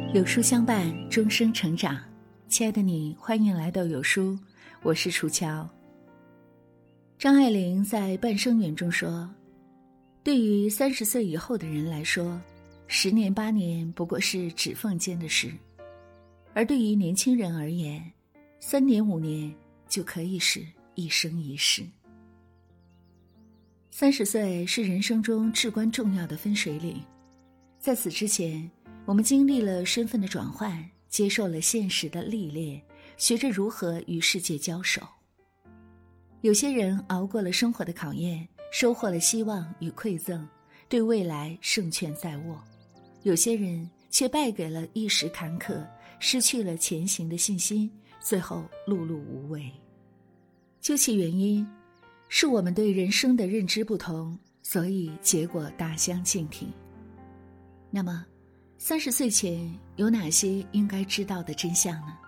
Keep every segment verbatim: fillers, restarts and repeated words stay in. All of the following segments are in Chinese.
有书相伴，终生成长。亲爱的你，欢迎来到有书，我是楚乔。张爱玲在《半生缘》中说，对于三十岁以后的人来说，十年八年不过是指缝间的事，而对于年轻人而言，三年五年就可以是一生一世。三十岁是人生中至关重要的分水岭，在此之前，我们经历了身份的转换，接受了现实的历练，学着如何与世界交手。有些人熬过了生活的考验，收获了希望与馈赠，对未来胜券在握；有些人却败给了一时坎坷，失去了前行的信心，最后碌碌无为。究其原因，是我们对人生的认知不同，所以结果大相径庭。那么三十岁前有哪些应该知道的真相呢？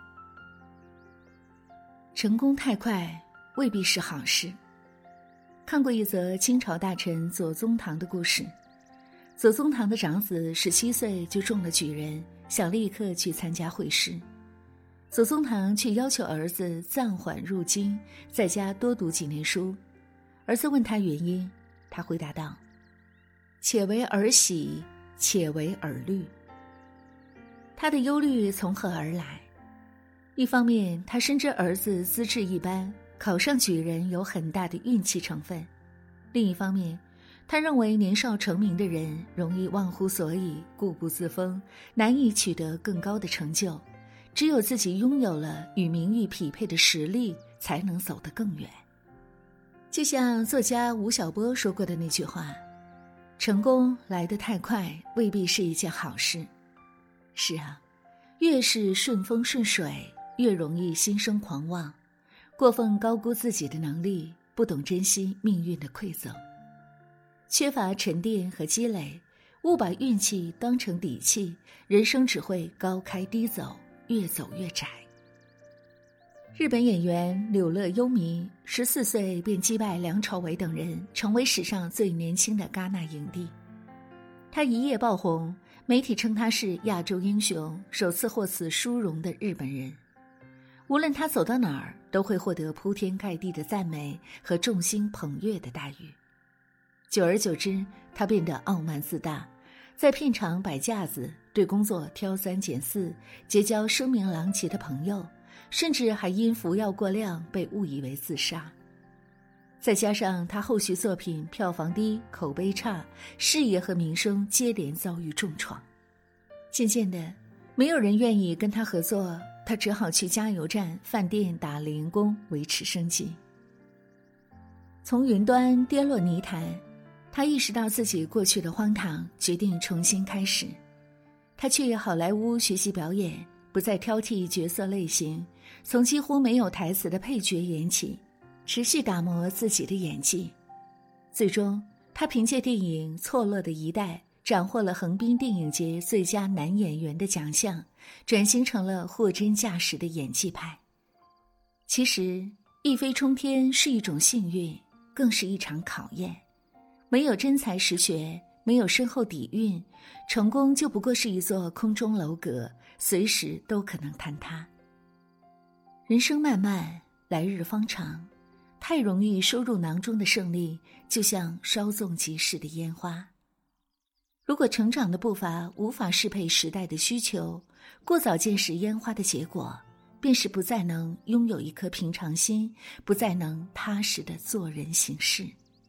成功太快未必是好事。看过一则清朝大臣左宗棠的故事。左宗棠的长子十七岁就中了举人，想立刻去参加会试。左宗棠却要求儿子暂缓入京，在家多读几年书。儿子问他原因，他回答道：且为儿喜，且为儿虑。他的忧虑从何而来？一方面，他深知儿子资质一般，考上举人有很大的运气成分；另一方面，他认为年少成名的人容易忘乎所以，固步自封，难以取得更高的成就。只有自己拥有了与名誉匹配的实力，才能走得更远。就像作家吴晓波说过的那句话，成功来得太快，未必是一件好事。是啊，越是顺风顺水，越容易心生狂妄，过分高估自己的能力，不懂珍惜命运的馈赠。缺乏沉淀和积累，误把运气当成底气，人生只会高开低走，越走越窄。日本演员柳乐优弥十四岁便击败梁朝伟等人，成为史上最年轻的戛纳影帝。他一夜爆红，媒体称他是亚洲英雄，首次获此殊荣的日本人。无论他走到哪儿，都会获得铺天盖地的赞美和众星捧月的待遇。久而久之，他变得傲慢自大，在片场摆架子，对工作挑三拣四，结交声名狼藉的朋友，甚至还因服药过量被误以为自杀。再加上他后续作品票房低，口碑差，事业和名声接连遭遇重创。渐渐的，没有人愿意跟他合作，他只好去加油站、饭店打零工维持生计。从云端跌落泥潭，他意识到自己过去的荒唐，决定重新开始。他去好莱坞学习表演，不再挑剔角色类型，从几乎没有台词的配角演起，持续打磨自己的演技。最终，他凭借电影《错落的一代》斩获了横滨电影节最佳男演员的奖项，转型成了货真价实的演技派。其实，一飞冲天是一种幸运，更是一场考验。没有真才实学，没有深厚底蕴，成功就不过是一座空中楼阁，随时都可能坍塌。人生漫漫，来日方长，太容易收入囊中的胜利，就像稍纵即逝的烟花。如果成长的步伐无法适配时代的需求，过早见识烟花的结果，便是不再能拥有一颗平常心，不再能踏实地做人行事。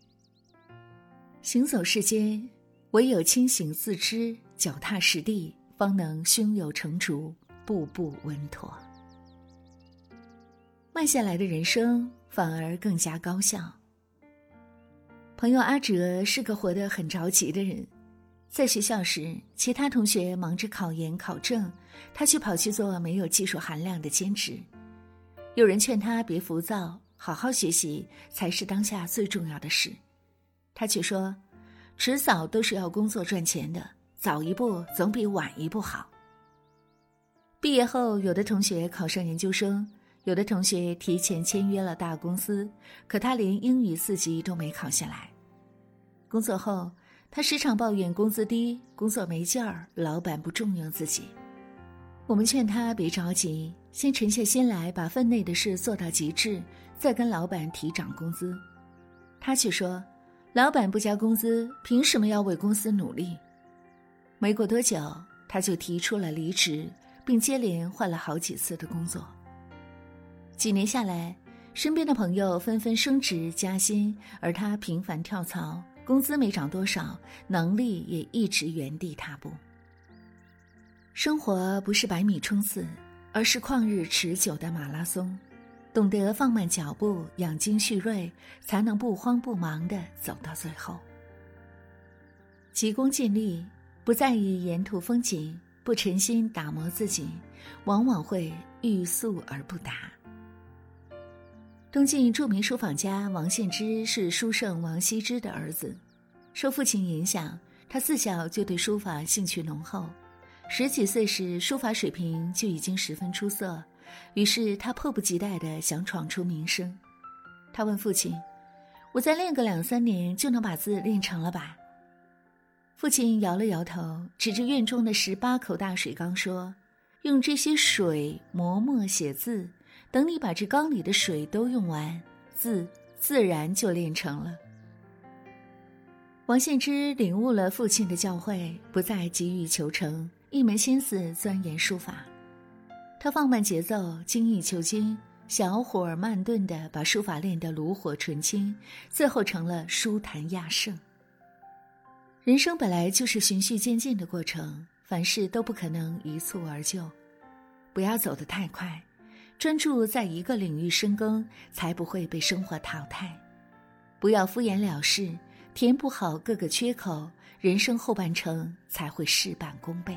行走世间，唯有清醒自知，脚踏实地，方能胸有成竹，步步稳妥。慢下来的人生反而更加高效。朋友阿哲是个活得很着急的人，在学校时，其他同学忙着考研考证，他却跑去做没有技术含量的兼职。有人劝他别浮躁，好好学习才是当下最重要的事。他却说，迟早都是要工作赚钱的，早一步总比晚一步好。毕业后，有的同学考上研究生，有的同学提前签约了大公司，可他连英语四级都没考下来。工作后，他时常抱怨工资低，工作没劲儿，老板不重用自己。 我们劝他别着急，先沉下心来把分内的事做到极致，再跟老板提涨工资。他却说，老板不加工资，凭什么要为公司努力？没过多久，他就提出了离职，并接连换了好几次的工作。几年下来，身边的朋友纷纷升职加薪，而他频繁跳槽，工资没涨多少，能力也一直原地踏步。生活不是百米冲刺，而是旷日持久的马拉松，懂得放慢脚步，养精蓄锐，才能不慌不忙地走到最后。急功近利，不在意沿途风景，不诚心打磨自己，往往会欲速而不达。东晋著名书法家王献之是书圣王羲之的儿子，受父亲影响，他自小就对书法兴趣浓厚，十几岁时书法水平就已经十分出色，于是他迫不及待地想闯出名声。他问父亲，我再练个两三年就能把字练成了吧？父亲摇了摇头，指着院中的十八口大水缸说，用这些水磨墨写字，等你把这缸里的水都用完，字自然就练成了。王献之领悟了父亲的教诲，不再急于求成，一门心思钻研书法。他放慢节奏，精益求精，小火慢炖地把书法练得炉火纯青，最后成了书坛亚圣。人生本来就是循序渐进的过程，凡事都不可能一蹴而就，不要走得太快，专注在一个领域深耕，才不会被生活淘汰。不要敷衍了事，填补好各个缺口，人生后半程才会事半功倍。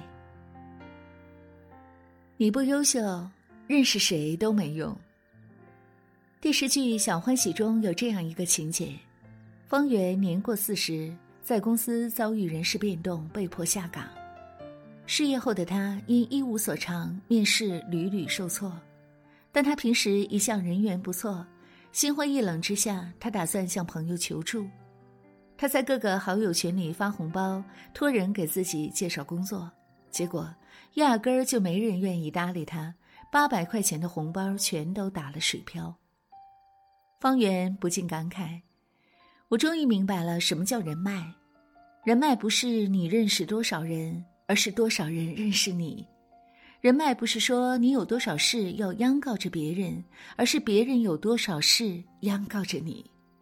你不优秀，认识谁都没用。电视剧《小欢喜》中有这样一个情节，方圆年过四十，在公司遭遇人事变动，被迫下岗。失业后的他因一无所长，面试屡屡受挫，但他平时一向人缘不错，心灰意冷之下，他打算向朋友求助。他在各个好友群里发红包，托人给自己介绍工作，结果压根儿就没人愿意搭理他，八百块钱的红包全都打了水漂。方圆不禁感慨，我终于明白了什么叫人脉。人脉不是你认识多少人，而是多少人认识你。人脉不是说你有多少事要央告着别人，而是别人有多少事央告着你。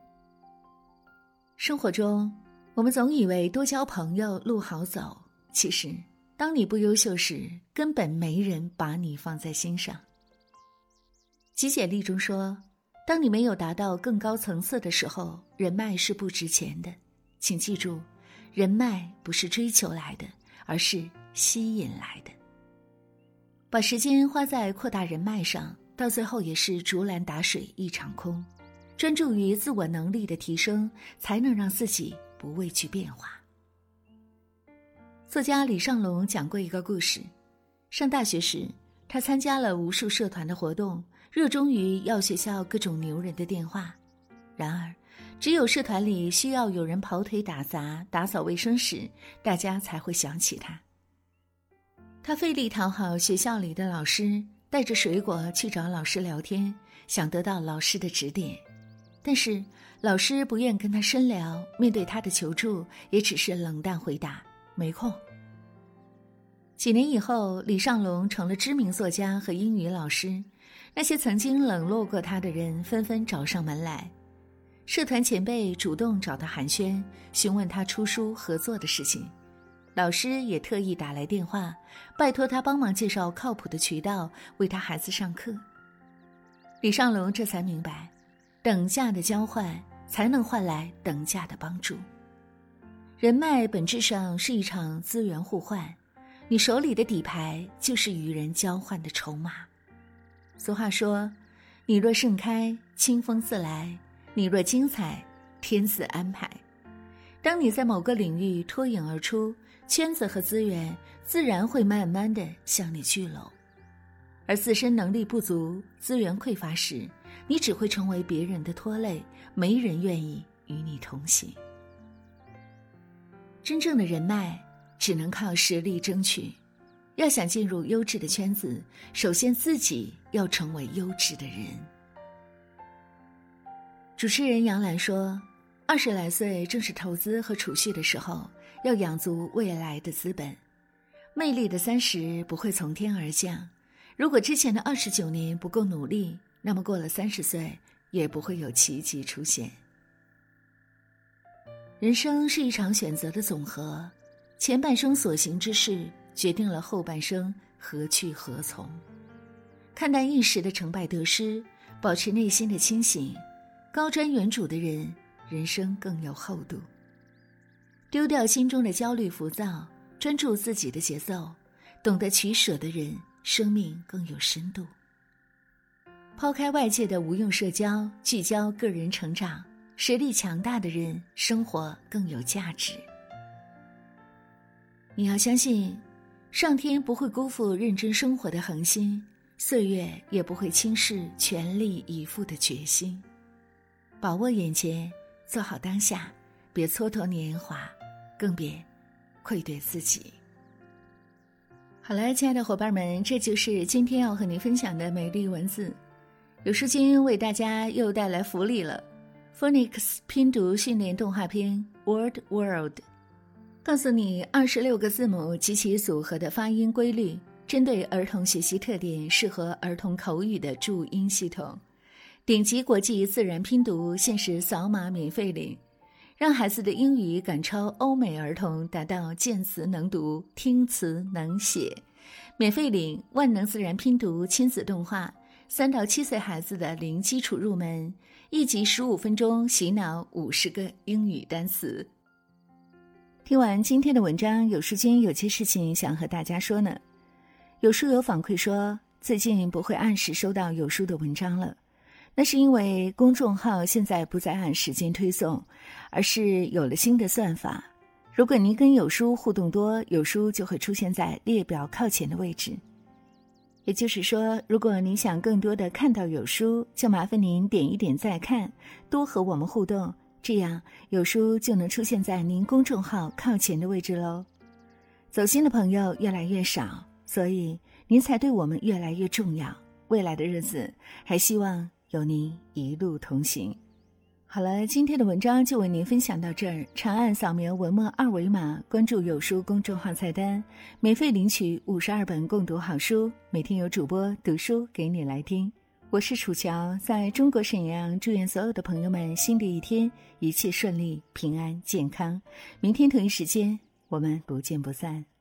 生活中，我们总以为多交朋友路好走，其实当你不优秀时，根本没人把你放在心上。极简力中说，当你没有达到更高层次的时候，人脉是不值钱的。请记住，人脉不是追求来的，而是吸引来的。把时间花在扩大人脉上，到最后也是竹篮打水一场空。专注于自我能力的提升，才能让自己不畏惧变化。作家李尚龙讲过一个故事，上大学时，他参加了无数社团的活动，热衷于要学校各种牛人的电话。然而，只有社团里需要有人跑腿打杂、打扫卫生时，大家才会想起他。他费力讨好学校里的老师，带着水果去找老师聊天，想得到老师的指点。但是老师不愿跟他深聊，面对他的求助也只是冷淡回答，没空。几年以后，李尚龙成了知名作家和英语老师，那些曾经冷落过他的人纷纷找上门来。社团前辈主动找他寒暄，询问他出书合作的事情，老师也特意打来电话，拜托他帮忙介绍靠谱的渠道，为他孩子上课。李尚龙这才明白，等价的交换才能换来等价的帮助。人脉本质上是一场资源互换，你手里的底牌就是与人交换的筹码。俗话说，你若盛开，清风自来；你若精彩，天自安排。当你在某个领域脱颖而出，圈子和资源自然会慢慢地向你聚拢。而自身能力不足，资源匮乏时，你只会成为别人的拖累，没人愿意与你同行。真正的人脉只能靠实力争取。 要想进入优质的圈子，首先自己要成为优质的人。主持人杨澜说，二十来岁正是投资和储蓄的时候，要养足未来的资本。魅力的三十不会从天而降，如果之前的二十九年不够努力，那么过了三十岁也不会有奇迹出现。人生是一场选择的总和，前半生所行之事决定了后半生何去何从。看淡一时的成败得失，保持内心的清醒，高瞻远瞩的人，人生更有厚度。丢掉心中的焦虑浮躁，专注自己的节奏，懂得取舍的人，生命更有深度。抛开外界的无用社交，聚焦个人成长，实力强大的人，生活更有价值。你要相信，上天不会辜负认真生活的恒心，岁月也不会轻视全力以赴的决心。把握眼前，做好当下，别蹉跎年华，更别愧对自己。好了，亲爱的伙伴们，这就是今天要和您分享的美丽文字。有书君为大家又带来福利了， Phonics 拼读训练动画片 Word World， 告诉你二十六个字母及其组合的发音规律，针对儿童学习特点，适合儿童口语的注音系统。顶级国际自然拼读限时扫码免费领，让孩子的英语赶超欧美儿童，达到见词能读，听词能写。免费领万能自然拼读亲子动画，三到七岁孩子的零基础入门，一集十五分钟洗脑五十个英语单词。听完今天的文章，有书君有些事情想和大家说呢。有书友反馈说，最近不会按时收到有书的文章了。那是因为公众号现在不再按时间推送，而是有了新的算法。如果您跟有书互动多，有书就会出现在列表靠前的位置。也就是说，如果您想更多的看到有书，就麻烦您点一点再看，多和我们互动，这样有书就能出现在您公众号靠前的位置咯。走心的朋友越来越少，所以您才对我们越来越重要。未来的日子，还希望有您一路同行。好了，今天的文章就为您分享到这儿。长按扫描文末二维码，关注有书公众号菜单，免费领取五十二本共读好书，每天有主播读书给你来听。我是楚乔，在中国沈阳，祝愿所有的朋友们新的一天一切顺利、平安健康。明天同一时间，我们不见不散。